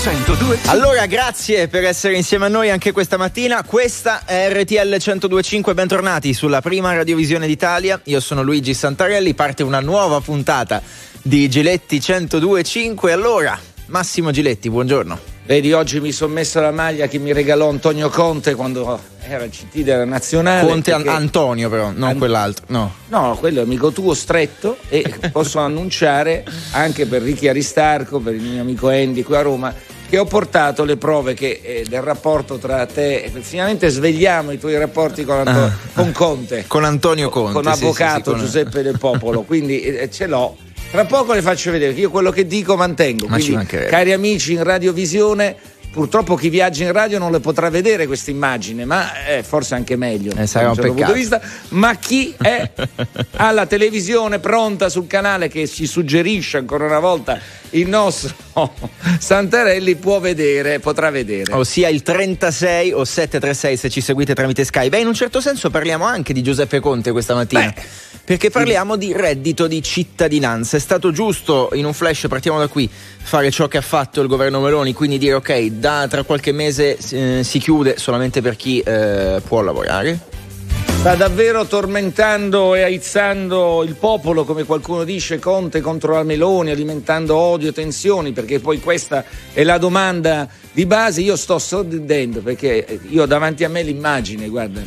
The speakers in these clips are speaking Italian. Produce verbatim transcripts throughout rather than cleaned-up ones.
centodue. Allora, grazie per essere insieme a noi anche questa mattina. Questa è R T L centodue e cinque, bentornati sulla prima radiovisione d'Italia. Io sono Luigi Santarelli, parte una nuova puntata di Giletti centodue e cinque. Allora, Massimo Giletti, buongiorno. Vedi, oggi mi sono messo la maglia che mi regalò Antonio Conte quando era il C T della Nazionale. Conte perché... Antonio però, non An... quell'altro, no. No, quello è amico tuo stretto e posso annunciare anche per Ricky Aristarco, per il mio amico Andy qui a Roma, che ho portato le prove che, eh, del rapporto tra te. Finalmente svegliamo i tuoi rapporti con, Anto... ah, con Conte. Con Antonio Conte. Con l'avvocato sì, sì, sì, con... Giuseppe Del Popolo, quindi eh, ce l'ho. Tra poco le faccio vedere, che io quello che dico mantengo. Ma quindi, cari amici in radiovisione, purtroppo chi viaggia in radio non le potrà vedere questa immagine, ma eh, forse anche meglio eh, sarà un certo punto di vista. Ma chi è alla televisione pronta sul canale che ci suggerisce ancora una volta il nostro Santarelli può vedere, potrà vedere. Ossia il trentasei o sette tre sei se ci seguite tramite Sky. Beh, in un certo senso parliamo anche di Giuseppe Conte questa mattina. Beh, perché parliamo sì. di reddito di cittadinanza. È stato giusto, in un flash, partiamo da qui, fare ciò che ha fatto il governo Meloni, quindi dire ok, da tra qualche mese eh, si chiude solamente per chi eh, può lavorare? Sta davvero tormentando e aizzando il popolo, come qualcuno dice, Conte contro la Meloni, alimentando odio e tensioni, perché poi questa è la domanda di base. Io sto sorridendo perché io ho davanti a me l'immagine, guarda,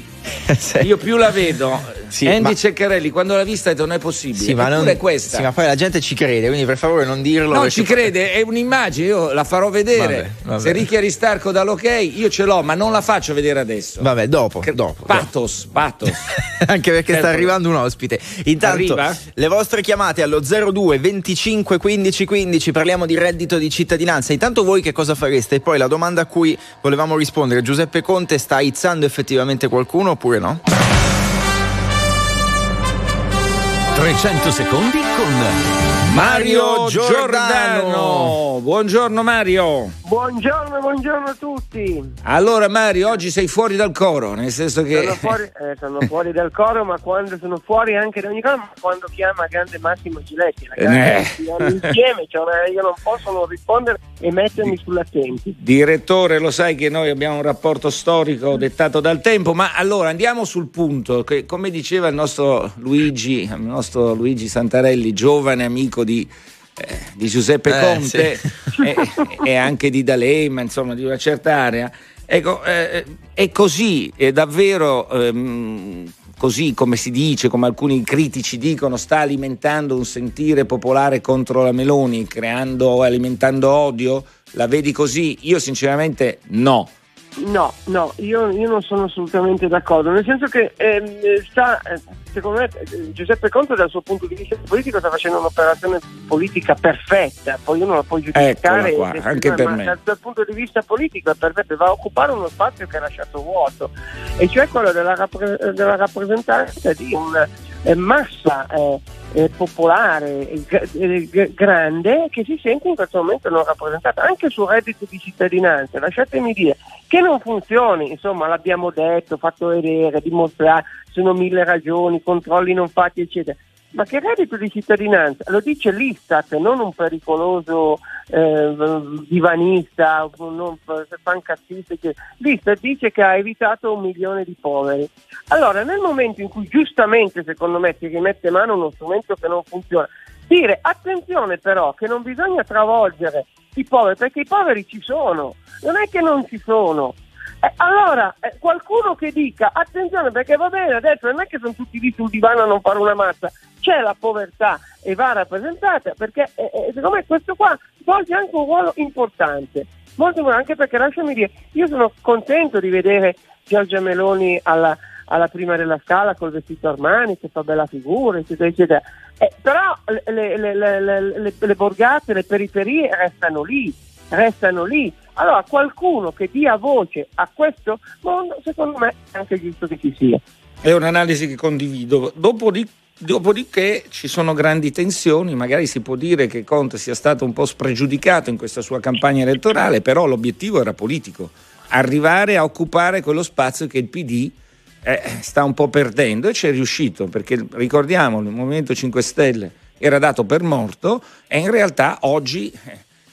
io più la vedo, sì, Andy ma... Ceccarelli quando l'ha vista ha detto non è possibile, sì, ma non è questa. Sì, ma poi la gente ci crede, quindi per favore non dirlo. No, ci crede, è un'immagine, io la farò vedere. Vabbè, vabbè. Se Ricky Aristarco dà l'ok, io ce l'ho, ma non la faccio vedere adesso. Vabbè, dopo, dopo. Pathos, dopo. pathos. Anche perché certo. sta arrivando un ospite. Intanto Arriva? le vostre chiamate allo zero due venticinque quindici quindici, parliamo di reddito di cittadinanza. Intanto voi che cosa fareste? E poi la domanda a cui volevamo rispondere: Giuseppe Conte sta aizzando effettivamente qualcuno oppure no? trecento secondi con Mario Giordano. Giordano. Buongiorno Mario. Buongiorno, buongiorno a tutti. Allora Mario, oggi sei fuori dal coro, nel senso che sono fuori, eh, sono fuori dal coro, ma quando sono fuori anche da ogni cosa, ma quando chiama grande Massimo Giletti, ragazzi, eh. insieme, cioè, io non posso non rispondere e mettermi sull'attenti. Direttore, lo sai che noi abbiamo un rapporto storico dettato dal tempo, ma allora andiamo sul punto, che come diceva il nostro Luigi, il nostro Luigi Santarelli, giovane amico di, eh, di Giuseppe eh, Conte sì. e, e anche di D'Alema, insomma di una certa area, ecco, eh, è così, è davvero ehm, così come si dice, come alcuni critici dicono, sta alimentando un sentire popolare contro la Meloni, creando, alimentando odio? La vedi così? Io sinceramente no. No, no, io, io non sono assolutamente d'accordo, nel senso che eh, sta, secondo me Giuseppe Conte dal suo punto di vista politico sta facendo un'operazione politica perfetta, poi uno la può giudicare qua, anche per ma me. Dal, dal punto di vista politico è perfetto, va a occupare uno spazio che ha lasciato vuoto, e cioè quello della, rappre- della rappresentanza di una eh, massa eh, eh, popolare eh, g- grande che si sente in questo momento non rappresentata. Anche sul reddito di cittadinanza, lasciatemi dire che non funzioni, insomma l'abbiamo detto, fatto vedere, dimostrato, sono mille ragioni, controlli non fatti eccetera, ma che reddito di cittadinanza lo dice l'Istat, non un pericoloso eh, divanista, non fancazzista, l'Istat dice che ha evitato un milione di poveri. Allora nel momento in cui giustamente secondo me si rimette mano a uno strumento che non funziona, dire attenzione però che non bisogna travolgere i poveri, perché i poveri ci sono, non è che non ci sono. Eh, allora eh, qualcuno che dica attenzione, perché va bene adesso non è che sono tutti lì sul divano a non fare una mazza, c'è la povertà e va rappresentata, perché eh, eh, secondo me questo qua svolge anche un ruolo importante, molto anche perché lasciami dire, io sono contento di vedere Giorgia Meloni alla, alla prima della scala col vestito Armani che fa bella figura eccetera eccetera, eh, però le, le, le, le, le, le borgate, le periferie restano lì, restano lì. Allora qualcuno che dia voce a questo mondo, secondo me è anche giusto che ci sia. È un'analisi che condivido. Dopodiché, dopodiché ci sono grandi tensioni, magari si può dire che Conte sia stato un po' spregiudicato in questa sua campagna elettorale, però l'obiettivo era politico, arrivare a occupare quello spazio che il P D eh, sta un po' perdendo, e ci è riuscito, perché ricordiamo il Movimento cinque Stelle era dato per morto e in realtà oggi... Eh,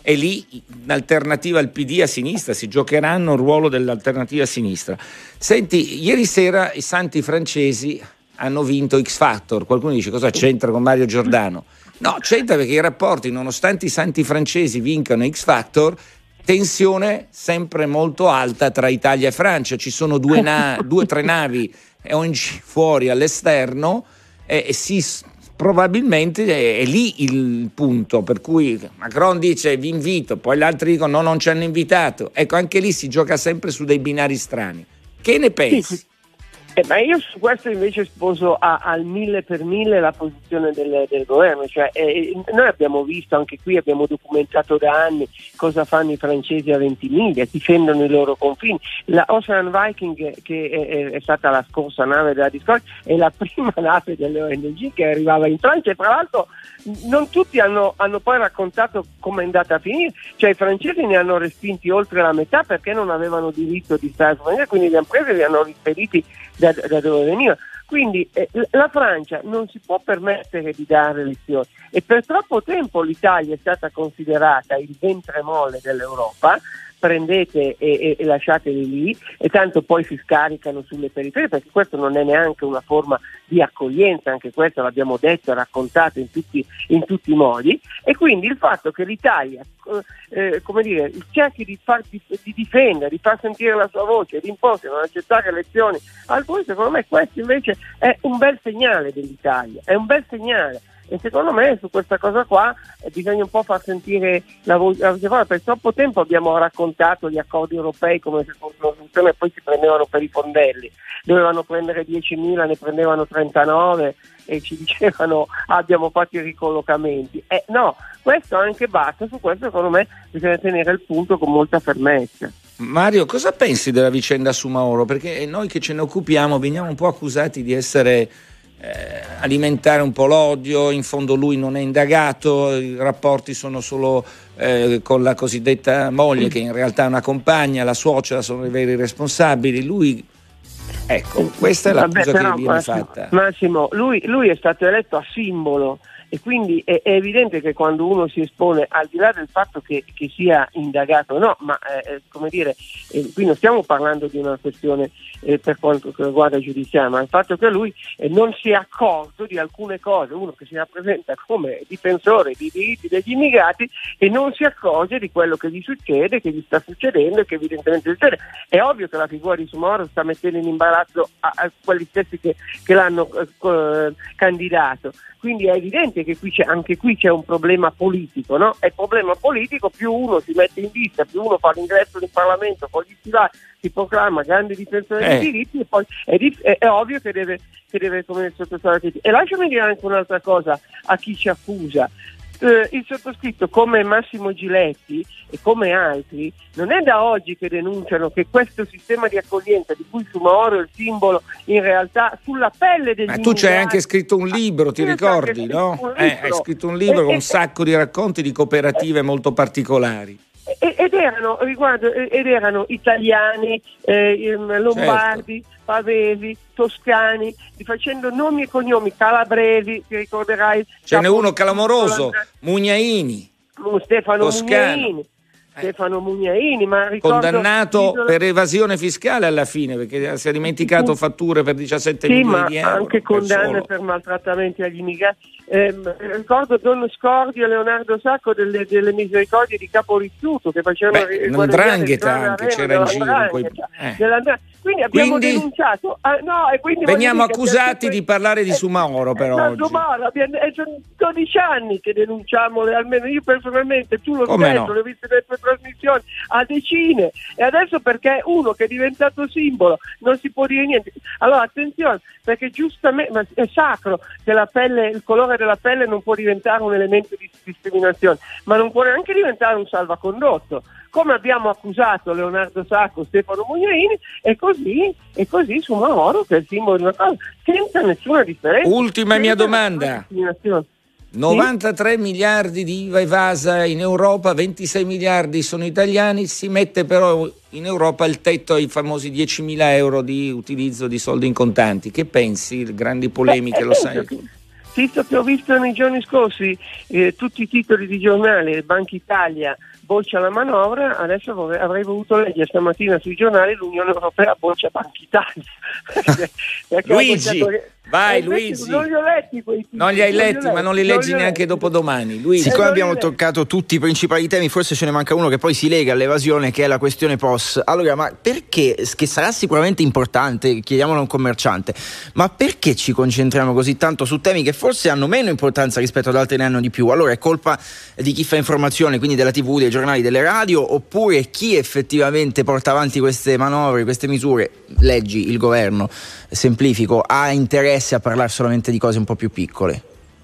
e lì l'alternativa al P D a sinistra, si giocheranno il ruolo dell'alternativa a sinistra. Senti, ieri sera i santi francesi hanno vinto X Factor. Qualcuno dice cosa c'entra con Mario Giordano? No, c'entra perché i rapporti, nonostante i santi francesi vincano X Factor, tensione sempre molto alta tra Italia e Francia. Ci sono due na- due tre navi O N G fuori all'esterno e, e si probabilmente è, è lì il punto per cui Macron dice vi invito, poi gli altri dicono no, non ci hanno invitato. Ecco, anche lì si gioca sempre su dei binari strani. Che ne pensi? Sì. Eh, ma io su questo invece sposo a, al mille per mille la posizione del, del governo, cioè eh, noi abbiamo visto anche qui, abbiamo documentato da anni cosa fanno i francesi a Ventimiglia, difendono i loro confini. La Ocean Viking, che è, è stata la scorsa nave della Discovery, è la prima nave delle O N G che arrivava in Francia, e tra l'altro non tutti hanno, hanno poi raccontato come è andata a finire, cioè i francesi ne hanno respinti oltre la metà perché non avevano diritto di stare su Francia, quindi le imprese li hanno rispediti da, da dove veniva. Quindi eh, la Francia non si può permettere di dare lezioni, e per troppo tempo l'Italia è stata considerata il ventre molle dell'Europa. Prendete e, e, e lasciateli lì, e tanto poi si scaricano sulle periferie, perché questo non è neanche una forma di accoglienza, anche questo l'abbiamo detto e raccontato in tutti, in tutti i modi. E quindi il fatto che l'Italia eh, come dire, cerchi di, far, di, di difendere, di far sentire la sua voce, di imporsi, non accettare elezioni alcuni, secondo me questo invece è un bel segnale dell'Italia, è un bel segnale. E secondo me su questa cosa qua eh, bisogna un po' far sentire la voce. Per troppo tempo abbiamo raccontato gli accordi europei come se fosse una soluzione, e poi si prendevano per i fondelli, dovevano prendere diecimila, ne prendevano trentanove e ci dicevano ah, abbiamo fatto i ricollocamenti. Eh, no, questo anche basta, su questo secondo me bisogna tenere il punto con molta fermezza. Mario, cosa pensi della vicenda Soumahoro? Perché noi che ce ne occupiamo veniamo un po' accusati di essere Eh, alimentare un po' l'odio. In fondo lui non è indagato, i rapporti sono solo eh, con la cosiddetta moglie, che in realtà è una compagna, la suocera sono i veri responsabili. Lui, ecco, questa è l'accusa Vabbè, però, che viene Massimo, fatta. Massimo, lui, lui è stato eletto a simbolo, e quindi è, è evidente che quando uno si espone, al di là del fatto che, che sia indagato o no, ma eh, come dire, eh, qui non stiamo parlando di una questione eh, per quanto riguarda giudiziaria, ma il fatto che lui eh, non si è accorto di alcune cose, uno che si rappresenta come difensore dei diritti degli immigrati e non si accorge di quello che gli succede, che gli sta succedendo e che evidentemente succede. È ovvio che la figura di Soumahoro sta mettendo in imbarazzo a, a quelli stessi che, che l'hanno eh, candidato. Quindi è evidente che qui c'è, anche qui c'è un problema politico, no? È problema politico, più uno si mette in vista, più uno fa l'ingresso nel Parlamento, poi gli si va, si proclama grande difensore eh. dei diritti, e poi è, è, è ovvio che deve, che deve come sottostare. E lasciami dire anche un'altra cosa a chi ci accusa. Eh, il sottoscritto, come Massimo Giletti e come altri, non è da oggi che denunciano che questo sistema di accoglienza di cui Soumahoro è il simbolo, in realtà sulla pelle degli Ma tu c'hai anche scritto un libro, ti ricordi, no? Eh, hai scritto un libro e, con un sacco di racconti di cooperative molto particolari. Ed erano, riguardo, ed erano italiani, eh, lombardi, certo, pavesi, toscani, facendo nomi e cognomi, calabresi, ti ricorderai. Ce n'è uno clamoroso, Mugnaini, Stefano Toscano. Mugnaini. Stefano Mugnaini, ma ricordo, condannato isola... per evasione fiscale alla fine, perché si è dimenticato fatture per diciassette sì, milioni ma di euro. Anche condanne per, per maltrattamenti agli immigrati. Eh, ricordo Don Scordio e Leonardo Sacco delle, delle misericordie di Capo Rizzuto, che facevano l'andrangheta anche c'era in giro. Quei... Eh. Quindi abbiamo quindi, denunciato. Ah, no, e quindi veniamo accusati sempre... di parlare di Soumahoro, però. Eh, oggi. Abbiamo, eh, sono dodici anni che denunciamo, almeno io personalmente, tu lo sai, no? l'ho visto nelle tue trasmissioni a decine, e adesso perché uno che è diventato simbolo non si può dire niente. Allora attenzione, perché giustamente ma è sacro che la pelle, il colore della pelle non può diventare un elemento di discriminazione, ma non può neanche diventare un salvacondotto, come abbiamo accusato Leonardo Sacco, Stefano Mugnaini, e così, e così Soumahoro, che è il simbolo di una cosa, senza nessuna differenza. Ultima mia domanda. novantatré sì? miliardi di I V A evasa in Europa, ventisei miliardi sono italiani, si mette però in Europa il tetto ai famosi diecimila euro di utilizzo di soldi in contanti. Che pensi? Grandi polemiche, Beh, lo sai? Che, visto che ho visto nei giorni scorsi eh, tutti i titoli di giornale, Banca Italia boccia la manovra, adesso vorrei, avrei voluto leggere stamattina sui giornali l'Unione Europea boccia Banca Italia. Luigi, vai eh, Luigi. Non li ho letti quei titoli. Non li hai letti, li ma non li non leggi li neanche letti. dopodomani. Luigi. Siccome Eh, abbiamo non li toccato tutti i principali temi, forse ce ne manca uno che poi si lega all'evasione, che è la questione P O S. Allora, ma perché, che sarà sicuramente importante, chiediamolo a un commerciante, ma perché ci concentriamo così tanto su temi che forse hanno meno importanza rispetto ad altri, ne hanno di più? Allora è colpa di chi fa informazione, quindi della tivù, dei giornali, delle radio, oppure chi effettivamente porta avanti queste manovre, queste misure, leggi il governo, semplifico, ha interesse a parlare solamente di cose un po' più piccole?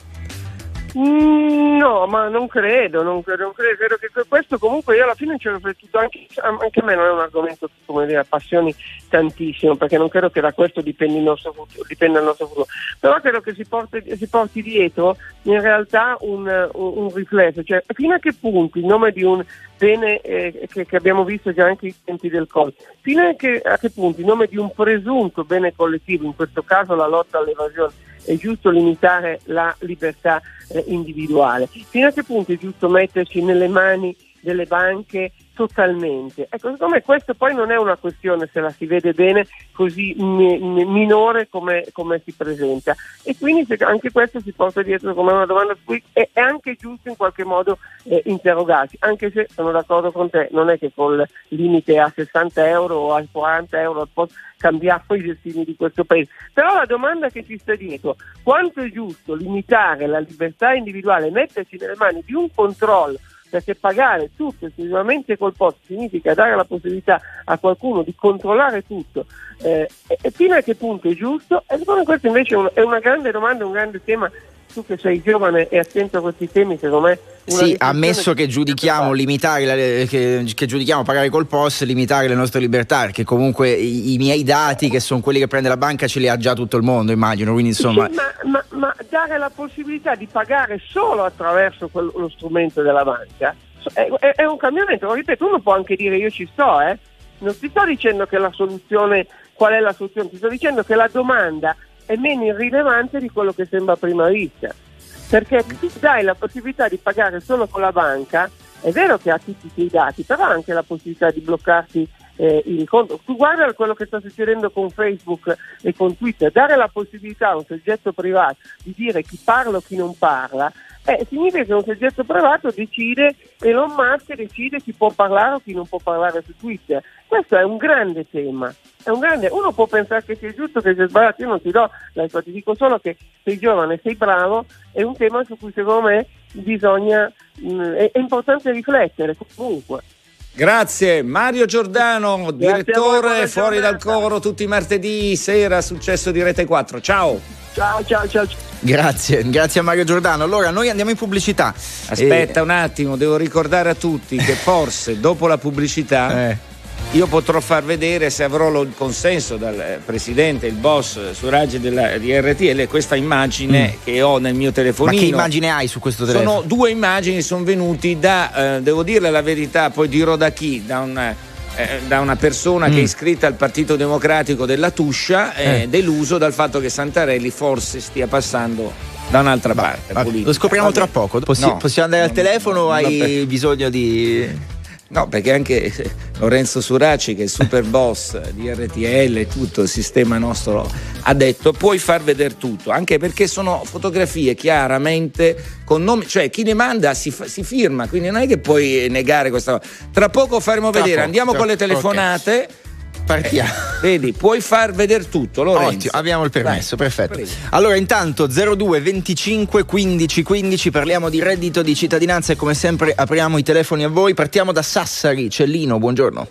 Mm, no, ma non credo, non credo, non credo, credo che questo comunque io alla fine ci ho riflettuto, anche, anche a me non è un argomento che, come dire, appassioni tantissimo, perché non credo che da questo dipenda il nostro futuro, dipenda il nostro futuro, però credo che si porti, si porti dietro in realtà un, un, un riflesso, cioè fino a che punto in nome di un bene eh, che, che abbiamo visto già anche i tempi del Covid, fino a che, a che punto in nome di un presunto bene collettivo, in questo caso la lotta all'evasione, è giusto limitare la libertà eh, individuale, fino a che punto è giusto metterci nelle mani delle banche totalmente. Ecco, secondo me questo poi non è una questione, se la si vede bene, così mi, mi, minore come, come si presenta, e quindi se anche questo si porta dietro come una domanda su cui è, è anche giusto in qualche modo eh, interrogarsi, anche se sono d'accordo con te, non è che col limite a sessanta euro o a quaranta euro cambiamo i destini di questo paese, però la domanda che ci sta dietro: quanto è giusto limitare la libertà individuale, metterci nelle mani di un controllo, perché pagare tutto esclusivamente col P O S significa dare la possibilità a qualcuno di controllare tutto, eh, e fino a che punto è giusto? E secondo me questo invece è una, è una grande domanda, un grande tema. Tu che sei giovane e attento a questi temi, secondo me sì, ammesso che giudichiamo limitare la, che, che giudichiamo pagare col P O S, limitare le nostre libertà, perché comunque i, i miei dati, che sono quelli che prende la banca, ce li ha già tutto il mondo, immagino, quindi insomma sì, ma, ma, ma dare la possibilità di pagare solo attraverso quello, lo strumento della banca è, è, è un cambiamento. Lo ripeto, uno può anche dire io ci sto, eh non ti sto dicendo che la soluzione, qual è la soluzione, ti sto dicendo che la domanda è meno irrilevante di quello che sembra a prima vista, perché tu dai la possibilità di pagare solo con la banca, è vero che ha tutti i tuoi dati, però ha anche la possibilità di bloccarti eh, il conto. Tu guarda quello che sta succedendo con Facebook e con Twitter, dare la possibilità a un soggetto privato di dire chi parla o chi non parla, eh, significa che un soggetto privato decide, Elon Musk decide chi può parlare o chi non può parlare su Twitter. Questo è un grande tema. È un grande, uno può pensare che sia giusto, che sia sbagliato, io non ti do la risposta, ti dico solo che sei giovane, sei bravo, è un tema su cui secondo me bisogna, mh, è, è importante riflettere comunque. Grazie Mario Giordano, Grazie direttore voi, Fuori dal giornata. Coro, tutti i martedì sera, successo di Rete quattro. Ciao. Ciao ciao ciao. grazie, grazie a Mario Giordano. Allora noi andiamo in pubblicità. Aspetta un attimo, devo ricordare a tutti che forse dopo la pubblicità Eh. io potrò far vedere, se avrò lo- il consenso dal presidente, il boss su Raggi della, di R T L, questa immagine Mm. che ho nel mio Ma telefonino. che immagine hai su questo telefono? Sono due immagini, sono venuti da, eh, devo dirle la verità, poi dirò da chi, da un, eh, da una persona Mm. che è iscritta al Partito Democratico della Tuscia, eh, Eh. deluso dal fatto che Santarelli forse stia passando da un'altra parte. Vabbè, politica. lo scopriamo Vabbè. tra poco. Possi- No, possiamo andare al non- telefono o non- non- hai bisogno di... No, perché anche eh, Lorenzo Suraci, che è il super boss di R T L e tutto il sistema nostro, ha detto puoi far vedere tutto, anche perché sono fotografie chiaramente con nomi, cioè chi le manda si, fa- si firma, quindi non è che puoi negare questa cosa. Tra poco faremo Tra vedere, poco, andiamo tra- con le telefonate. Partiamo. Vedi, puoi far vedere tutto, Lorenzo. Ottimo, abbiamo il permesso, Vai, perfetto. prego. Allora intanto zero due venticinque quindici quindici, parliamo di reddito di cittadinanza e come sempre apriamo i telefoni a voi. Partiamo da Sassari, Cellino, buongiorno.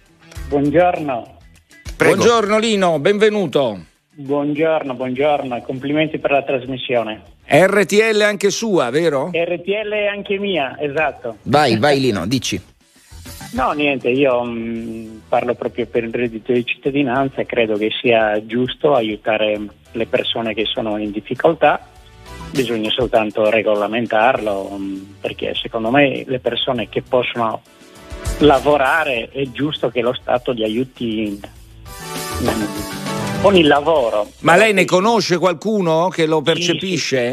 Buongiorno, Prego. Buongiorno Lino, benvenuto. buongiorno, buongiorno, complimenti per la trasmissione. R T L anche sua, vero? R T L è anche mia, esatto. Vai, vai Lino, dici. No, niente, io mh, parlo proprio per il reddito di cittadinanza e credo che sia giusto aiutare le persone che sono in difficoltà, bisogna soltanto regolamentarlo, mh, perché secondo me le persone che possono lavorare è giusto che lo Stato li aiuti mh, con il lavoro. Ma lei ne conosce qualcuno che lo percepisce?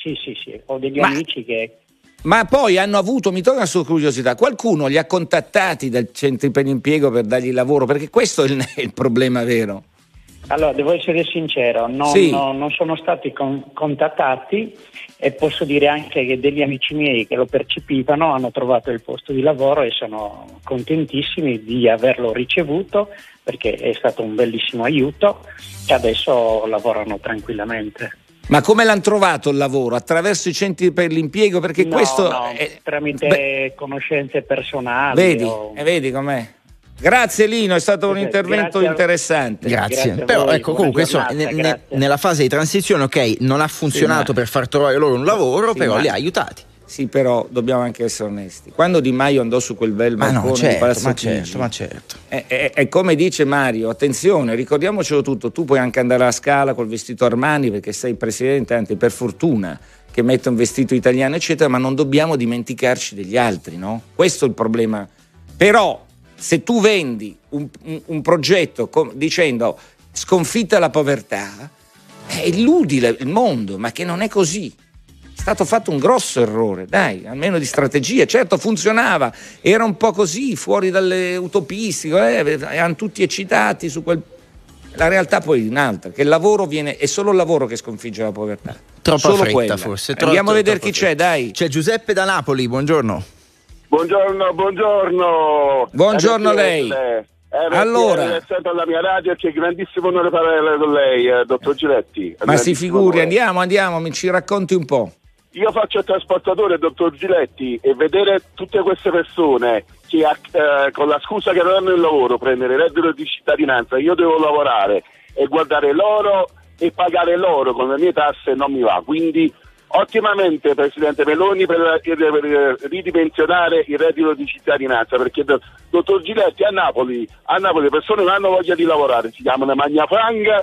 sì, sì, sì. Ho degli Ma... amici che... Ma poi hanno avuto, mi torna su curiosità, qualcuno li ha contattati dal centro per l'impiego per dargli lavoro? Perché questo è il, è il problema vero. Allora, devo essere sincero, non, sì. no, non sono stati con, contattati e posso dire anche che degli amici miei che lo percepivano hanno trovato il posto di lavoro e sono contentissimi di averlo ricevuto perché è stato un bellissimo aiuto e adesso lavorano tranquillamente. Ma come l'hanno trovato il lavoro? Attraverso i centri per l'impiego? Perché no, questo no, è... tramite Beh, conoscenze personali. Vedi, o... e vedi com'è? Grazie Lino, è stato un intervento grazie a... interessante. Grazie. Grazie Però voi, ecco, comunque insomma, ne, ne, nella fase di transizione, ok, non ha funzionato sì, ma... per far trovare loro un lavoro, sì, però ma... li ha aiutati. Sì, però dobbiamo anche essere onesti. Quando Di Maio andò su quel bel ma balcone no, certo, di Palazzo ma Chigi, certo, ma certo. È, è, è come dice Mario, attenzione, ricordiamocelo tutto, tu puoi anche andare alla Scala col vestito Armani perché sei presidente, anzi per fortuna che mette un vestito italiano eccetera, ma non dobbiamo dimenticarci degli altri, no? Questo è il problema. Però se tu vendi un, un, un progetto com- dicendo sconfitta la povertà, eh, illudi la, il mondo, ma che non è così. È stato fatto un grosso errore, dai, almeno di strategia. Certo funzionava, era un po' così, fuori dalle utopistiche, eh, erano tutti eccitati su quel... La realtà poi è un'altra, che il lavoro viene, è solo il lavoro che sconfigge la povertà. Troppa solo fretta quella. forse. Andiamo troppo, a vedere troppo chi fretta. c'è, dai. C'è Giuseppe da Napoli, buongiorno. Buongiorno, buongiorno. Buongiorno R T L. lei. R T L, Allora. è sempre alla mia radio e c'è grandissimo onore parlare con lei, eh, dottor Giletti. Ma si figuri, andiamo, andiamo, mi ci racconti un po'. Io faccio il trasportatore, dottor Giletti, e vedere tutte queste persone che eh, con la scusa che non hanno il lavoro prendere il reddito di cittadinanza, io devo lavorare e guardare loro e pagare loro con le mie tasse non mi va. Quindi ottimamente Presidente Meloni per, per ridimensionare il reddito di cittadinanza, perché dottor Giletti a Napoli, a Napoli le persone non hanno voglia di lavorare, si chiamano magnafranga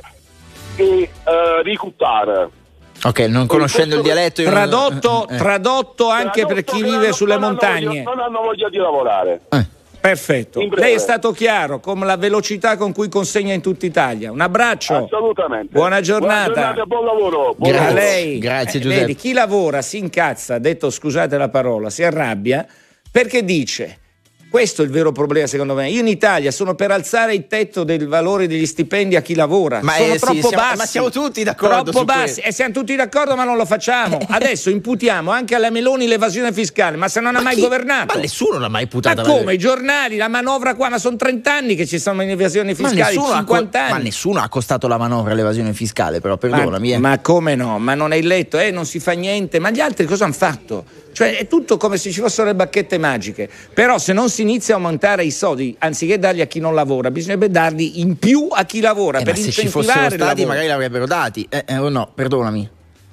e uh, ricuttare. Ok, non conoscendo il dialetto io tradotto, non... eh. tradotto anche Tradotto per chi che vive hanno, sulle non montagne. Hanno voglia, non hanno voglia di lavorare. Eh. Perfetto, In breve. lei è stato chiaro come la velocità con cui consegna in tutta Italia. Un abbraccio. Assolutamente. Buona giornata. Buona giornata e buon lavoro. Buon Grazie. A lavoro. lei. Grazie, Eh, Giuseppe. Vedi, chi lavora si incazza, detto scusate la parola, si arrabbia perché dice: questo è il vero problema secondo me. Io in Italia sono per alzare il tetto del valore degli stipendi a chi lavora. Ma sono eh, sì, troppo siamo- bassi. ma siamo tutti d'accordo Troppo su bassi. questo. E siamo tutti d'accordo, ma non lo facciamo. Adesso imputiamo anche alla Meloni l'evasione fiscale, ma se non ha Ma mai chi- governato. Ma nessuno l'ha mai Ma imputata. come? I giornali, la manovra qua, ma sono trenta anni che ci sono le evasioni Ma fiscali, nessuno, ha co- cinquanta anni. ma nessuno ha accostato la manovra all'evasione fiscale, però perdonami. Ma, eh. ma come no? Ma non hai letto? Eh, non si fa niente. Ma gli altri cosa hanno fatto? Cioè è tutto come se ci fossero le bacchette magiche. Però se non si inizia a aumentare i soldi, anziché darli a chi non lavora, bisognerebbe darli in più a chi lavora Eh, per ma se ci incentivare fossero il stati lavoro. magari l'avrebbero dati. Eh, eh, o no, perdonami.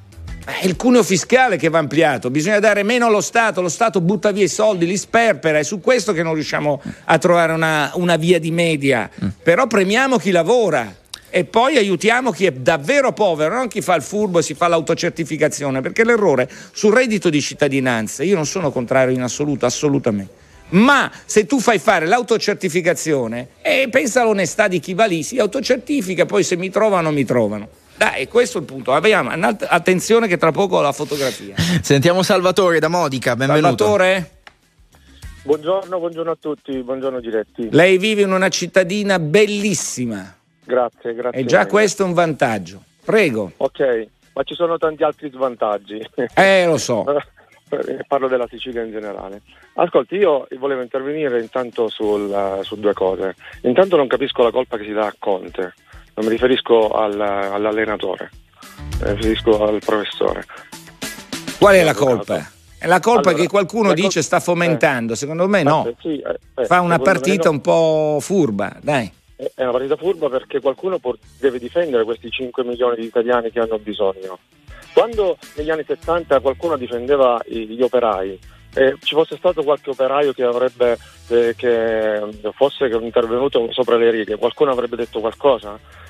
È il cuneo fiscale che va ampliato, bisogna dare meno allo Stato, lo Stato butta via i soldi, li sperpera, è su questo che non riusciamo a trovare una, una via di media. Mm. Però premiamo chi lavora e poi aiutiamo chi è davvero povero, non chi fa il furbo e si fa l'autocertificazione, perché l'errore sul reddito di cittadinanza, io non sono contrario in assoluto, assolutamente. Ma se tu fai fare l'autocertificazione e pensa all'onestà di chi va lì, si autocertifica, poi se mi trovano mi trovano. Dai, questo è il punto. Abbiamo, attenzione che tra poco ho la fotografia. Sentiamo Salvatore da Modica, benvenuto. Salvatore? Buongiorno, buongiorno a tutti, buongiorno Giletti. Lei vive in una cittadina bellissima. Grazie, grazie. E già mille. questo è un vantaggio. Prego. Ok, ma ci sono tanti altri svantaggi. Eh, lo so. Parlo della Sicilia in generale. Ascolti, io volevo intervenire intanto sul, su due cose. Intanto non capisco la colpa che si dà a Conte. Non mi riferisco al, all'allenatore, mi riferisco al professore. Qual è la colpa? È la colpa Allora, che qualcuno la dice col- sta fomentando. Secondo me no. Eh, sì, eh, eh, Fa una secondo partita me no. un po' furba, dai. È una partita furba perché qualcuno può- deve difendere questi cinque milioni di italiani che hanno bisogno. Quando negli anni settanta qualcuno difendeva i- gli operai, eh, ci fosse stato qualche operaio che avrebbe eh, che fosse intervenuto sopra le righe, qualcuno avrebbe detto qualcosa?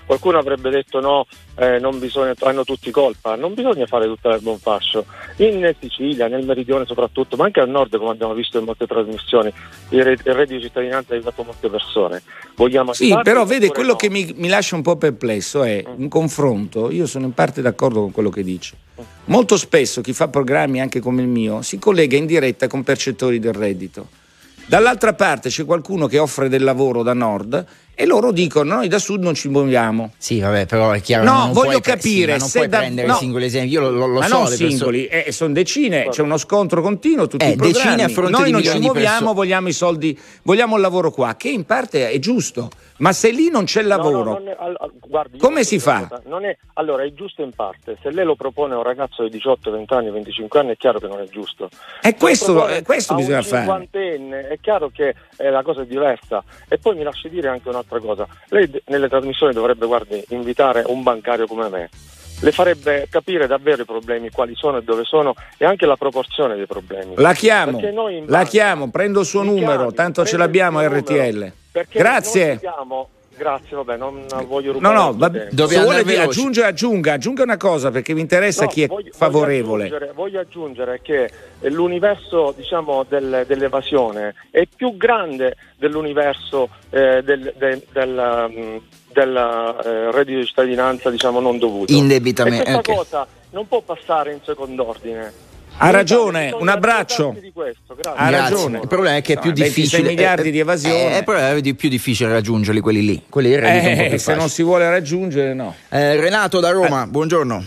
Qualcuno avrebbe detto no, eh, non bisogna, hanno tutti colpa, non bisogna fare tutta l'erba un fascio. In Sicilia, nel meridione soprattutto, ma anche al nord, come abbiamo visto in molte trasmissioni, il, re- il reddito di cittadinanza ha aiutato molte persone. Vogliamo Sì, però vede, oppure quello no? che mi, mi lascia un po' perplesso è un confronto. Io sono in parte d'accordo con quello che dice. Molto spesso chi fa programmi anche come il mio si collega in diretta con percettori del reddito. Dall'altra parte c'è qualcuno che offre del lavoro da nord e loro dicono noi da sud non ci muoviamo. Sì, vabbè, però è chiaro. No, non voglio puoi, capire sì, non se puoi da- prendere no. singoli esempi. Io lo, lo, lo Ma so. non le persone- singoli, eh, sono decine, c'è uno scontro continuo, tutti Eh, i programmi. decine a fronte Noi di non ci milioni di muoviamo, perso- vogliamo i soldi, vogliamo il lavoro qua, che in parte è giusto, ma se lì non c'è il lavoro, No, no, non è- al- al- guardi, io come non si so una fa? cosa, Non è, allora è giusto in parte, se lei lo propone a un ragazzo di diciotto, venti anni, venticinque anni è chiaro che non è giusto. E Se questo, lo propone eh, questo a bisogna un fare. cinquantenne è chiaro che eh, la cosa è diversa. E poi mi lasci dire anche un'altra cosa, lei d- nelle trasmissioni dovrebbe, guardi, invitare un bancario come me. Le farebbe capire davvero i problemi, quali sono e dove sono, e anche la proporzione dei problemi. La chiamo, Perché noi in la banca- chiamo, prendo il suo Mi numero, chiami, tanto ce prendo l'abbiamo a il suo R T L. numero, perché Grazie. noi siamo- Grazie, vabbè, non voglio No, rubare no, altro va- tempo. Dove se andare vuole veloci. aggiunge, aggiunga, aggiunga una cosa perché mi interessa No, chi è voglio- favorevole. Voglio aggiungere, voglio aggiungere che l'universo, diciamo, del- dell'evasione è più grande dell'universo eh, del, del, del, um, del, eh, reddito di cittadinanza, diciamo, non dovuto. Indebitamente, E questa ok. cosa non può passare in second'ordine. Ha ragione, Bisogna un abbraccio. accordarsi di questo, grazie. Ha Grazie. ragione. Il problema è che è più No, ventisei difficile. miliardi eh, di evasione. Eh, il problema è di più difficile raggiungerli quelli lì. Quelli del reddito è un po' Eh, più se non facile. si vuole raggiungere, no. Eh, Renato da Roma, buongiorno.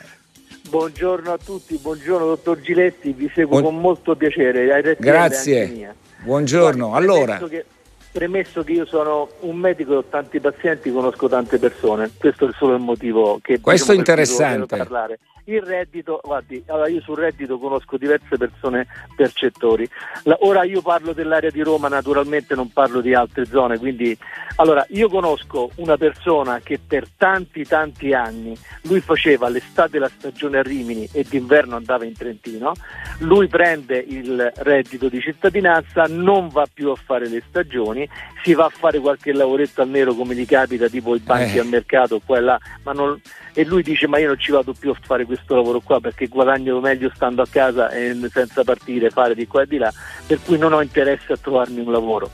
Buongiorno a tutti, buongiorno dottor Giletti, vi seguo Buon- con molto piacere. A R T L Grazie. anche mia. Buongiorno. Guardi, Allora, premesso che, premesso che io sono un medico e ho tanti pazienti, conosco tante persone, questo è solo il motivo che Questo è diciamo, per cui interessante. volevo parlare. Il reddito, guardi, allora io sul reddito conosco diverse persone percettori. La- ora io parlo dell'area di Roma, naturalmente non parlo di altre zone, quindi allora io conosco una persona che per tanti tanti anni lui faceva l'estate la stagione a Rimini e d'inverno andava in Trentino, lui prende il reddito di cittadinanza, non va più a fare le stagioni, si va a fare qualche lavoretto al nero come gli capita, tipo i banchi Eh. al mercato qua e là, ma non, e lui dice ma io non ci vado più a fare questo lavoro qua perché guadagno meglio stando a casa e senza partire, fare di qua e di là, per cui non ho interesse a trovarmi un lavoro.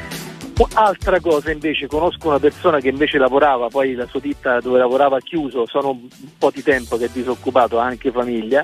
Altra cosa invece, conosco una persona che invece lavorava, poi la sua ditta dove lavorava ha chiuso, sono un po' di tempo che è disoccupato, ha anche famiglia,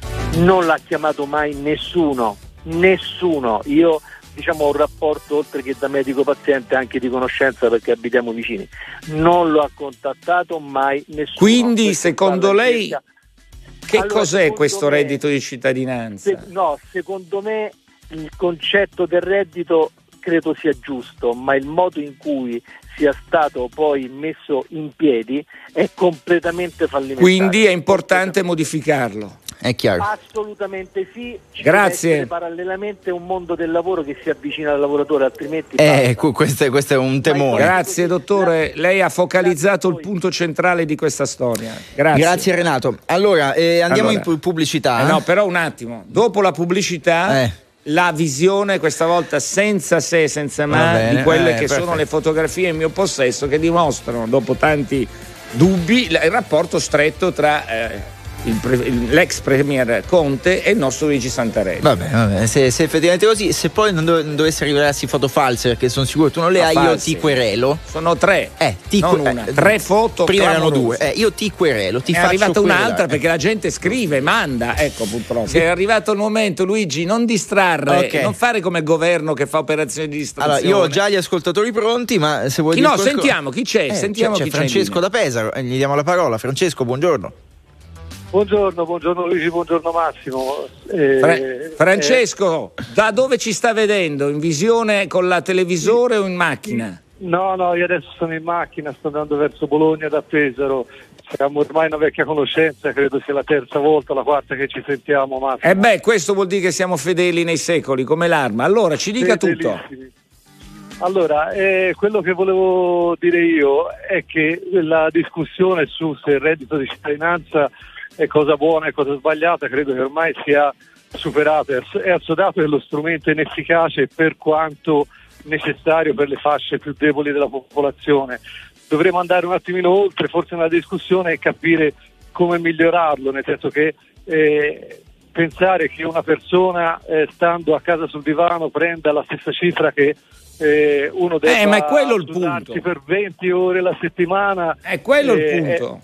non l'ha chiamato mai nessuno, nessuno. Io diciamo ho un rapporto oltre che da medico paziente anche di conoscenza perché abitiamo vicini, non lo ha contattato mai nessuno. quindi Questo secondo parla lei circa- che Allora, cos'è secondo questo me- reddito di cittadinanza? Se- no, secondo me il concetto del reddito credo sia giusto, ma il modo in cui sia stato poi messo in piedi è completamente fallimentare. Quindi è importante modificarlo. È chiaro. Assolutamente sì. Ci Grazie. deve essere parallelamente un mondo del lavoro che si avvicina al lavoratore, altrimenti Eh, basta. cu- questo, è, questo è un temore. Grazie dottore, lei ha focalizzato il Grazie a voi. punto centrale di questa storia. Grazie. Grazie Renato. Allora, eh, andiamo Allora. in pu- pubblicità. Eh no, però un attimo, dopo la pubblicità Eh. la visione questa volta senza se, senza Va ma bene, di quelle eh, che perfetto. sono le fotografie in mio possesso che dimostrano dopo tanti dubbi il rapporto stretto tra eh, il pre- il- l'ex premier Conte e il nostro Luigi Santarelli. Vabbè, vabbè, se, se effettivamente è così, se poi non, dov- non dovesse rivelarsi foto false, perché sono sicuro che tu non le Ma hai, false. io ti querelo. Sono tre, Eh, ti non que- una, eh, tre foto Prima erano clamorose. due. Eh, io ti querelo, ti è faccio arrivata querelare. un'altra perché la gente scrive, manda, ecco purtroppo. È arrivato il momento, Luigi, non distrarre, Ok. non fare come il governo che fa operazioni di distrazione. Allora, io ho già gli ascoltatori pronti, ma se vuoi Chi dire no, qualcosa- sentiamo chi c'è, Eh, sentiamo c'è, chi c'è c'è in Francesco linea. da Pesaro, eh, gli diamo la parola. Francesco, buongiorno. Buongiorno, buongiorno Luigi, buongiorno Massimo. Eh, Fra- eh, Francesco, da dove ci sta vedendo? In visione con la televisore o in macchina? no, no, io adesso sono in macchina, sto andando verso Bologna da Pesaro. Siamo ormai una vecchia conoscenza, credo sia la terza volta, la quarta che ci sentiamo, Massimo. Eh beh, questo vuol dire che siamo fedeli nei secoli, come l'arma. Allora, ci dica tutto. Fedelissimi. Allora, eh, quello che volevo dire io è che la discussione su se il reddito di cittadinanza è cosa buona e cosa sbagliata credo che ormai sia superata, è assodato che è lo strumento inefficace per quanto necessario per le fasce più deboli della popolazione. dovremo andare un attimino oltre, forse nella discussione, e capire come migliorarlo, nel senso che eh, pensare che una persona eh, stando a casa sul divano prenda la stessa cifra che eh, uno deve eh, ma è quello il punto, per venti ore la settimana, è quello eh, il punto.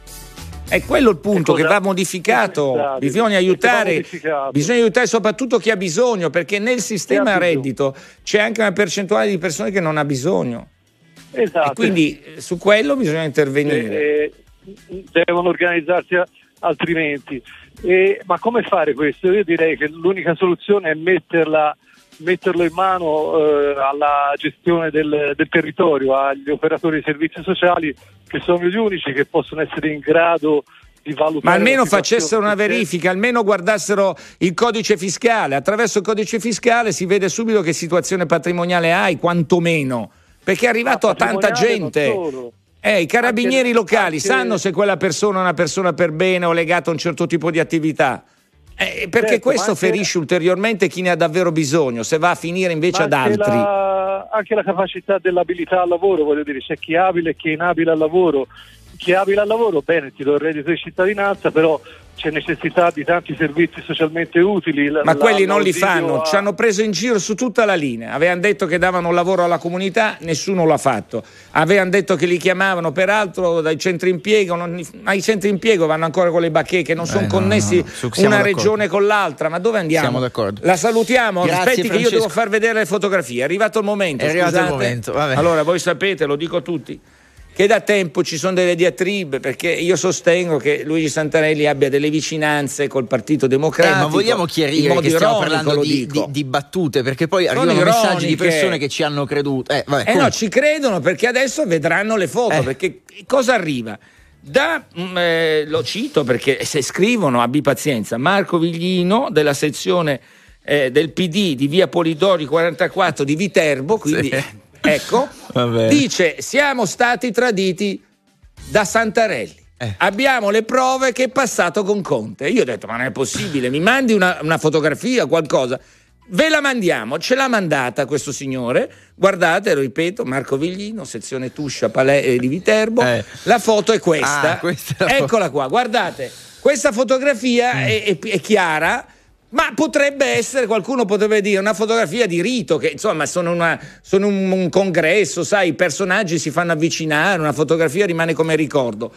È quello il punto che va modificato, bisogna aiutare, bisogna aiutare soprattutto chi ha bisogno, perché nel sistema a reddito c'è anche una percentuale di persone che non ha bisogno. Esatto. E quindi su quello bisogna intervenire. Eh, devono organizzarsi altrimenti. Eh, ma come fare questo? Io direi che l'unica soluzione è metterla, metterlo in mano eh, alla gestione del, del territorio, agli operatori di servizi sociali, che sono gli unici che possono essere in grado di valutare. Ma almeno facessero una verifica, almeno guardassero il codice fiscale. Attraverso il codice fiscale si vede subito che situazione patrimoniale hai, quantomeno, perché è arrivato a tanta gente. Eh, i carabinieri anche, locali anche... sanno se quella persona è una persona per bene o legata a un certo tipo di attività. Eh, perché certo, questo anche... ferisce ulteriormente chi ne ha davvero bisogno, se va a finire invece ad altri. La... Anche la capacità dell'abilità al lavoro, voglio dire, c'è chi è abile e chi è inabile al lavoro. Chi è abile al lavoro, bene, ti do il reddito di cittadinanza, però c'è necessità di tanti servizi socialmente utili. Ma la, quelli non li fanno, a... ci hanno preso in giro su tutta la linea. Avevano detto che davano lavoro alla comunità, nessuno l'ha fatto. Avevano detto che li chiamavano peraltro dai centri impiego, non... ma i centri impiego vanno ancora con le bacheche, non sono eh, connessi no, no, no. una regione con l'altra. Ma dove andiamo? Siamo d'accordo. La salutiamo. Grazie, aspetti Francesco. Che io devo far vedere le fotografie. È arrivato il momento. È arrivato scusate. il momento. Vabbè. Allora, voi sapete, lo dico a tutti, che da tempo ci sono delle diatribe, perché io sostengo che Luigi Santarelli abbia delle vicinanze col Partito Democratico. Eh, ma vogliamo chiarire che stiamo parlando di, di, di battute, perché poi sono arrivano ironiche. Messaggi di persone che ci hanno creduto. Eh, vabbè, eh no, ci credono perché adesso vedranno le foto, eh. perché cosa arriva? Da, mh, eh, lo cito perché se scrivono, abbi pazienza, Marco Viglino della sezione eh, del P D di via Polidori quarantaquattro di Viterbo, quindi... Sì. Ecco, dice: siamo stati traditi da Santarelli. Eh. Abbiamo le prove che è passato con Conte. Io ho detto: ma non è possibile, mi mandi una, una fotografia, qualcosa. Ve la mandiamo, ce l'ha mandata questo signore. Guardate, lo ripeto, Marco Viglino, sezione Tuscia Palè di Viterbo. Eh. La foto è questa. Ah, questa è Eccola foto. Qua, guardate. Questa fotografia mm. è, è, è chiara. Ma potrebbe essere, qualcuno potrebbe dire, una fotografia di rito, che insomma sono, una, sono un, un congresso, sai, i personaggi si fanno avvicinare, una fotografia rimane come ricordo.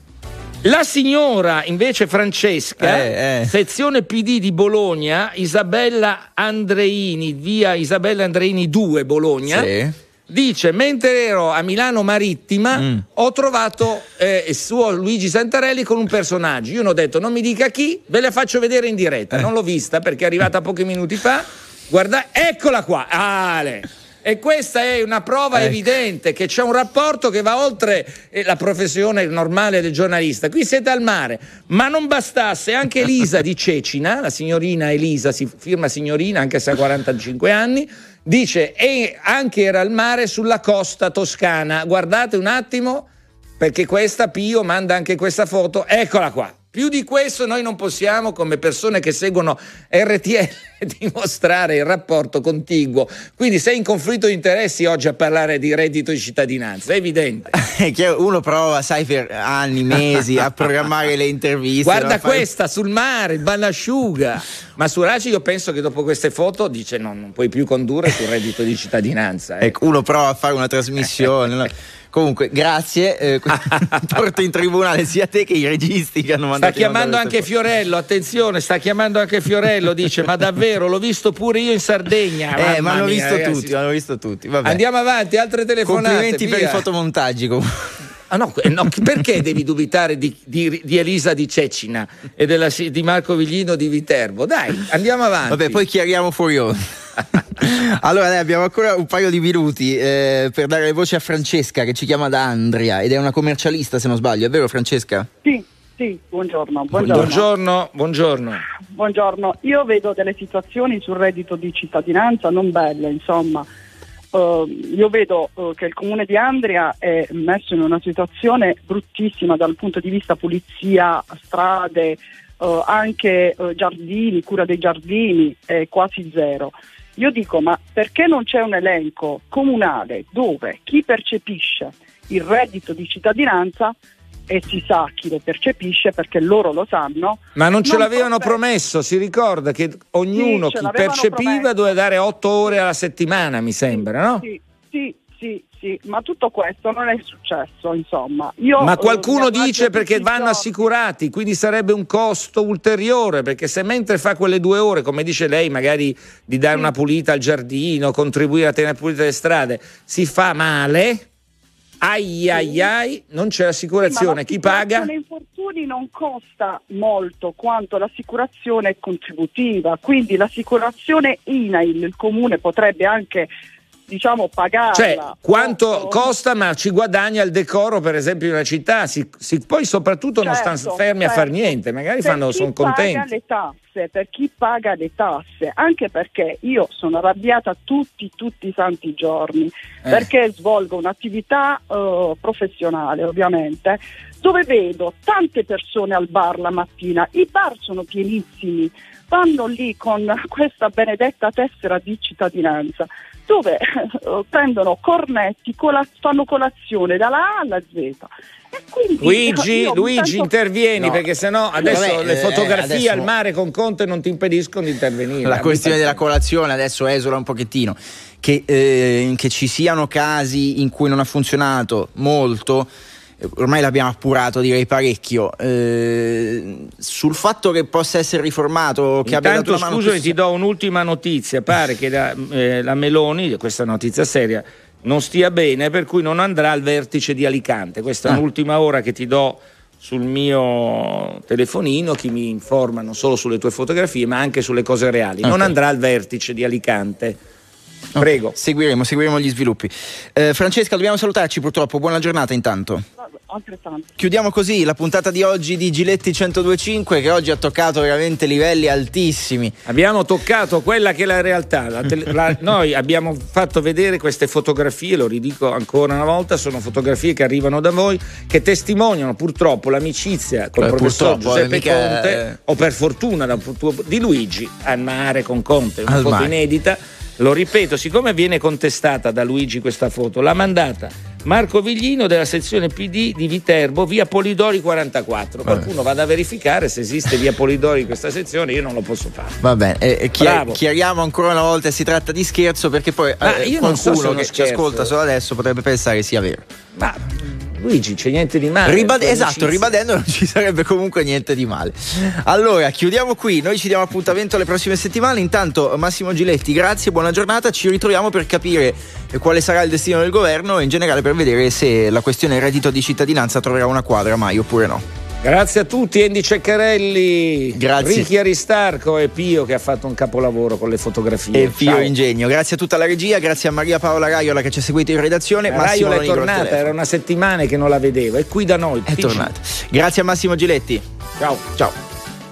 La signora invece Francesca, eh, eh. sezione P D di Bologna, Isabella Andreini, via Isabella Andreini due Bologna, sì. Dice: mentre ero a Milano Marittima mm. ho trovato eh, il suo Luigi Santarelli con un personaggio. Io non ho detto: non mi dica chi, ve la faccio vedere in diretta. Eh. Non l'ho vista perché è arrivata pochi minuti fa. Guarda, eccola qua, Ale. E questa è una prova ecco. evidente che c'è un rapporto che va oltre la professione normale del giornalista. Qui siete al mare, ma non bastasse, anche Elisa di Cecina, la signorina Elisa, si firma signorina anche se ha quarantacinque anni, dice: e anche era al mare sulla costa toscana. Guardate un attimo, perché questa Pio manda anche questa foto, eccola qua. Più di questo noi non possiamo, come persone che seguono R T L, dimostrare il rapporto contiguo. Quindi sei in conflitto di interessi oggi a parlare di reddito di cittadinanza, è evidente. Uno prova, sai, per anni, mesi a programmare le interviste. Guarda questa, sul mare, il bagnasciuga. Ma su Raci io penso che dopo queste foto dice no, non puoi più condurre sul reddito di cittadinanza. Eh. Ecco, uno prova a fare una trasmissione, no? Comunque, grazie. Eh, porto in tribunale sia te che i registi che hanno mandato. Sta chiamando anche foto. Fiorello, attenzione, sta chiamando anche Fiorello. Dice: ma davvero, l'ho visto pure io in Sardegna. Eh, ma hanno visto ragazzi. tutti, hanno visto tutti. Vabbè. Andiamo avanti, altre telefonate. Complimenti via. per i fotomontaggi. Comunque. Ah, no, no, perché devi dubitare di, di, di Elisa di Cecina e della, di Marco Viglino di Viterbo? Dai, andiamo avanti. Vabbè, poi chiariamo fuori onda. Allora, dai, abbiamo ancora un paio di minuti eh, per dare le voci a Francesca, che ci chiama da Andria ed è una commercialista, se non sbaglio, è vero, Francesca? Sì, sì, buongiorno. Buongiorno, buongiorno. buongiorno. Buongiorno. Io vedo delle situazioni sul reddito di cittadinanza non belle, insomma. Uh, io vedo uh, che il comune di Andria è messo in una situazione bruttissima dal punto di vista pulizia, strade, uh, anche uh, giardini, cura dei giardini è quasi zero. Io dico: ma perché non c'è un elenco comunale dove chi percepisce il reddito di cittadinanza, e si sa chi lo percepisce perché loro lo sanno. Ma non ce non l'avevano potrebbe... promesso, si ricorda che ognuno Sì, chi percepiva promesso. doveva dare otto ore alla settimana, mi sembra, no? Sì, sì, sì, sì, ma tutto questo non è successo, insomma. Io, Ma qualcuno eh, mi dice perché tutti i vanno giorni. assicurati, quindi sarebbe un costo ulteriore, perché se mentre fa quelle due ore, come dice lei, magari di dare Sì. una pulita al giardino, contribuire a tenere pulite le strade, si fa male, ai ai ai, non c'è l'assicurazione, Sì, chi paga? Nei infortuni non costa molto quanto l'assicurazione contributiva, quindi l'assicurazione I N A I L il comune potrebbe anche, diciamo, pagarla. Cioè, quanto o- costa, ma ci guadagna il decoro, per esempio, in una città. Si, si- poi soprattutto non Certo, stanno fermi certo. a far niente, magari Per fanno, chi sono paga contenti. le tasse, per chi paga le tasse, anche perché io sono arrabbiata tutti, tutti i santi giorni, Eh. perché svolgo un'attività eh, professionale, ovviamente, dove vedo tante persone al bar la mattina, i bar sono pienissimi, vanno lì con questa benedetta tessera di cittadinanza, dove eh, prendono cornetti, cola- fanno colazione dalla A alla Z. E quindi, Luigi, io mi Luigi sento- intervieni, No. perché sennò adesso Vabbè, le eh, fotografie adesso- al mare con Conte non ti impediscono di intervenire. La Abbi questione della pazienza. colazione adesso esula un pochettino. Che, eh, che ci siano casi in cui non ha funzionato molto, eh, ormai l'abbiamo appurato, direi parecchio. Eh, sul fatto che possa essere riformato, che abbia dato Intanto, una mano scusami, più- ti do un'ultima notizia. Pare che la, eh, la Meloni, questa è una notizia seria, non stia bene, per cui non andrà al vertice di Alicante. Questa è Ah. un'ultima ora che ti do sul mio telefonino, che mi informa non solo sulle tue fotografie ma anche sulle cose reali. Non Ok. andrà al vertice di Alicante. Prego. Ok, seguiremo, seguiremo gli sviluppi. Eh, Francesca, dobbiamo salutarci purtroppo. Buona giornata intanto. Altrettanto. Chiudiamo così la puntata di oggi di Giletti centodue e cinque, che oggi ha toccato veramente livelli altissimi. Abbiamo toccato quella che è la realtà. La tele- la- noi abbiamo fatto vedere queste fotografie, lo ridico ancora una volta, sono fotografie che arrivano da voi, che testimoniano purtroppo l'amicizia con Eh, il professor purtroppo, Giuseppe eh, mica- Conte, o per fortuna da- di Luigi al mare con Conte, una Al foto mare. inedita. Lo ripeto, siccome viene contestata da Luigi questa foto, l'ha mandata Marco Viglino della sezione P D di Viterbo, via Polidori quarantaquattro. Qualcuno vada a verificare se esiste via Polidori in questa sezione, io non lo posso fare. Va bene, eh, eh, chia- Bravo. chiariamo ancora una volta, si tratta di scherzo, perché poi Ma eh, io non so se è qualcuno uno che ci scherzo. ascolta solo adesso potrebbe pensare sia vero. Ma Luigi, c'è niente di male. Ribad- tua esatto, amicizia. ribadendo non ci sarebbe comunque niente di male. Allora, chiudiamo qui, noi ci diamo appuntamento alle prossime settimane. Intanto Massimo Giletti, grazie, buona giornata, ci ritroviamo per capire eh, quale sarà il destino del governo e in generale per vedere se la questione reddito di cittadinanza troverà una quadra mai oppure no. Grazie a tutti, Andy Ceccarelli, Grazie. Ricky Aristarco e Pio che ha fatto un capolavoro con le fotografie. E Pio Ciao. Ingegno, grazie a tutta la regia, grazie a Maria Paola Raiola che ci ha seguito in redazione. La Massimo Raiola è Lonigro al tornata, telefono. era una settimana che non la vedevo, è qui da noi. È tornata. Grazie a Massimo Giletti. Ciao. Ciao.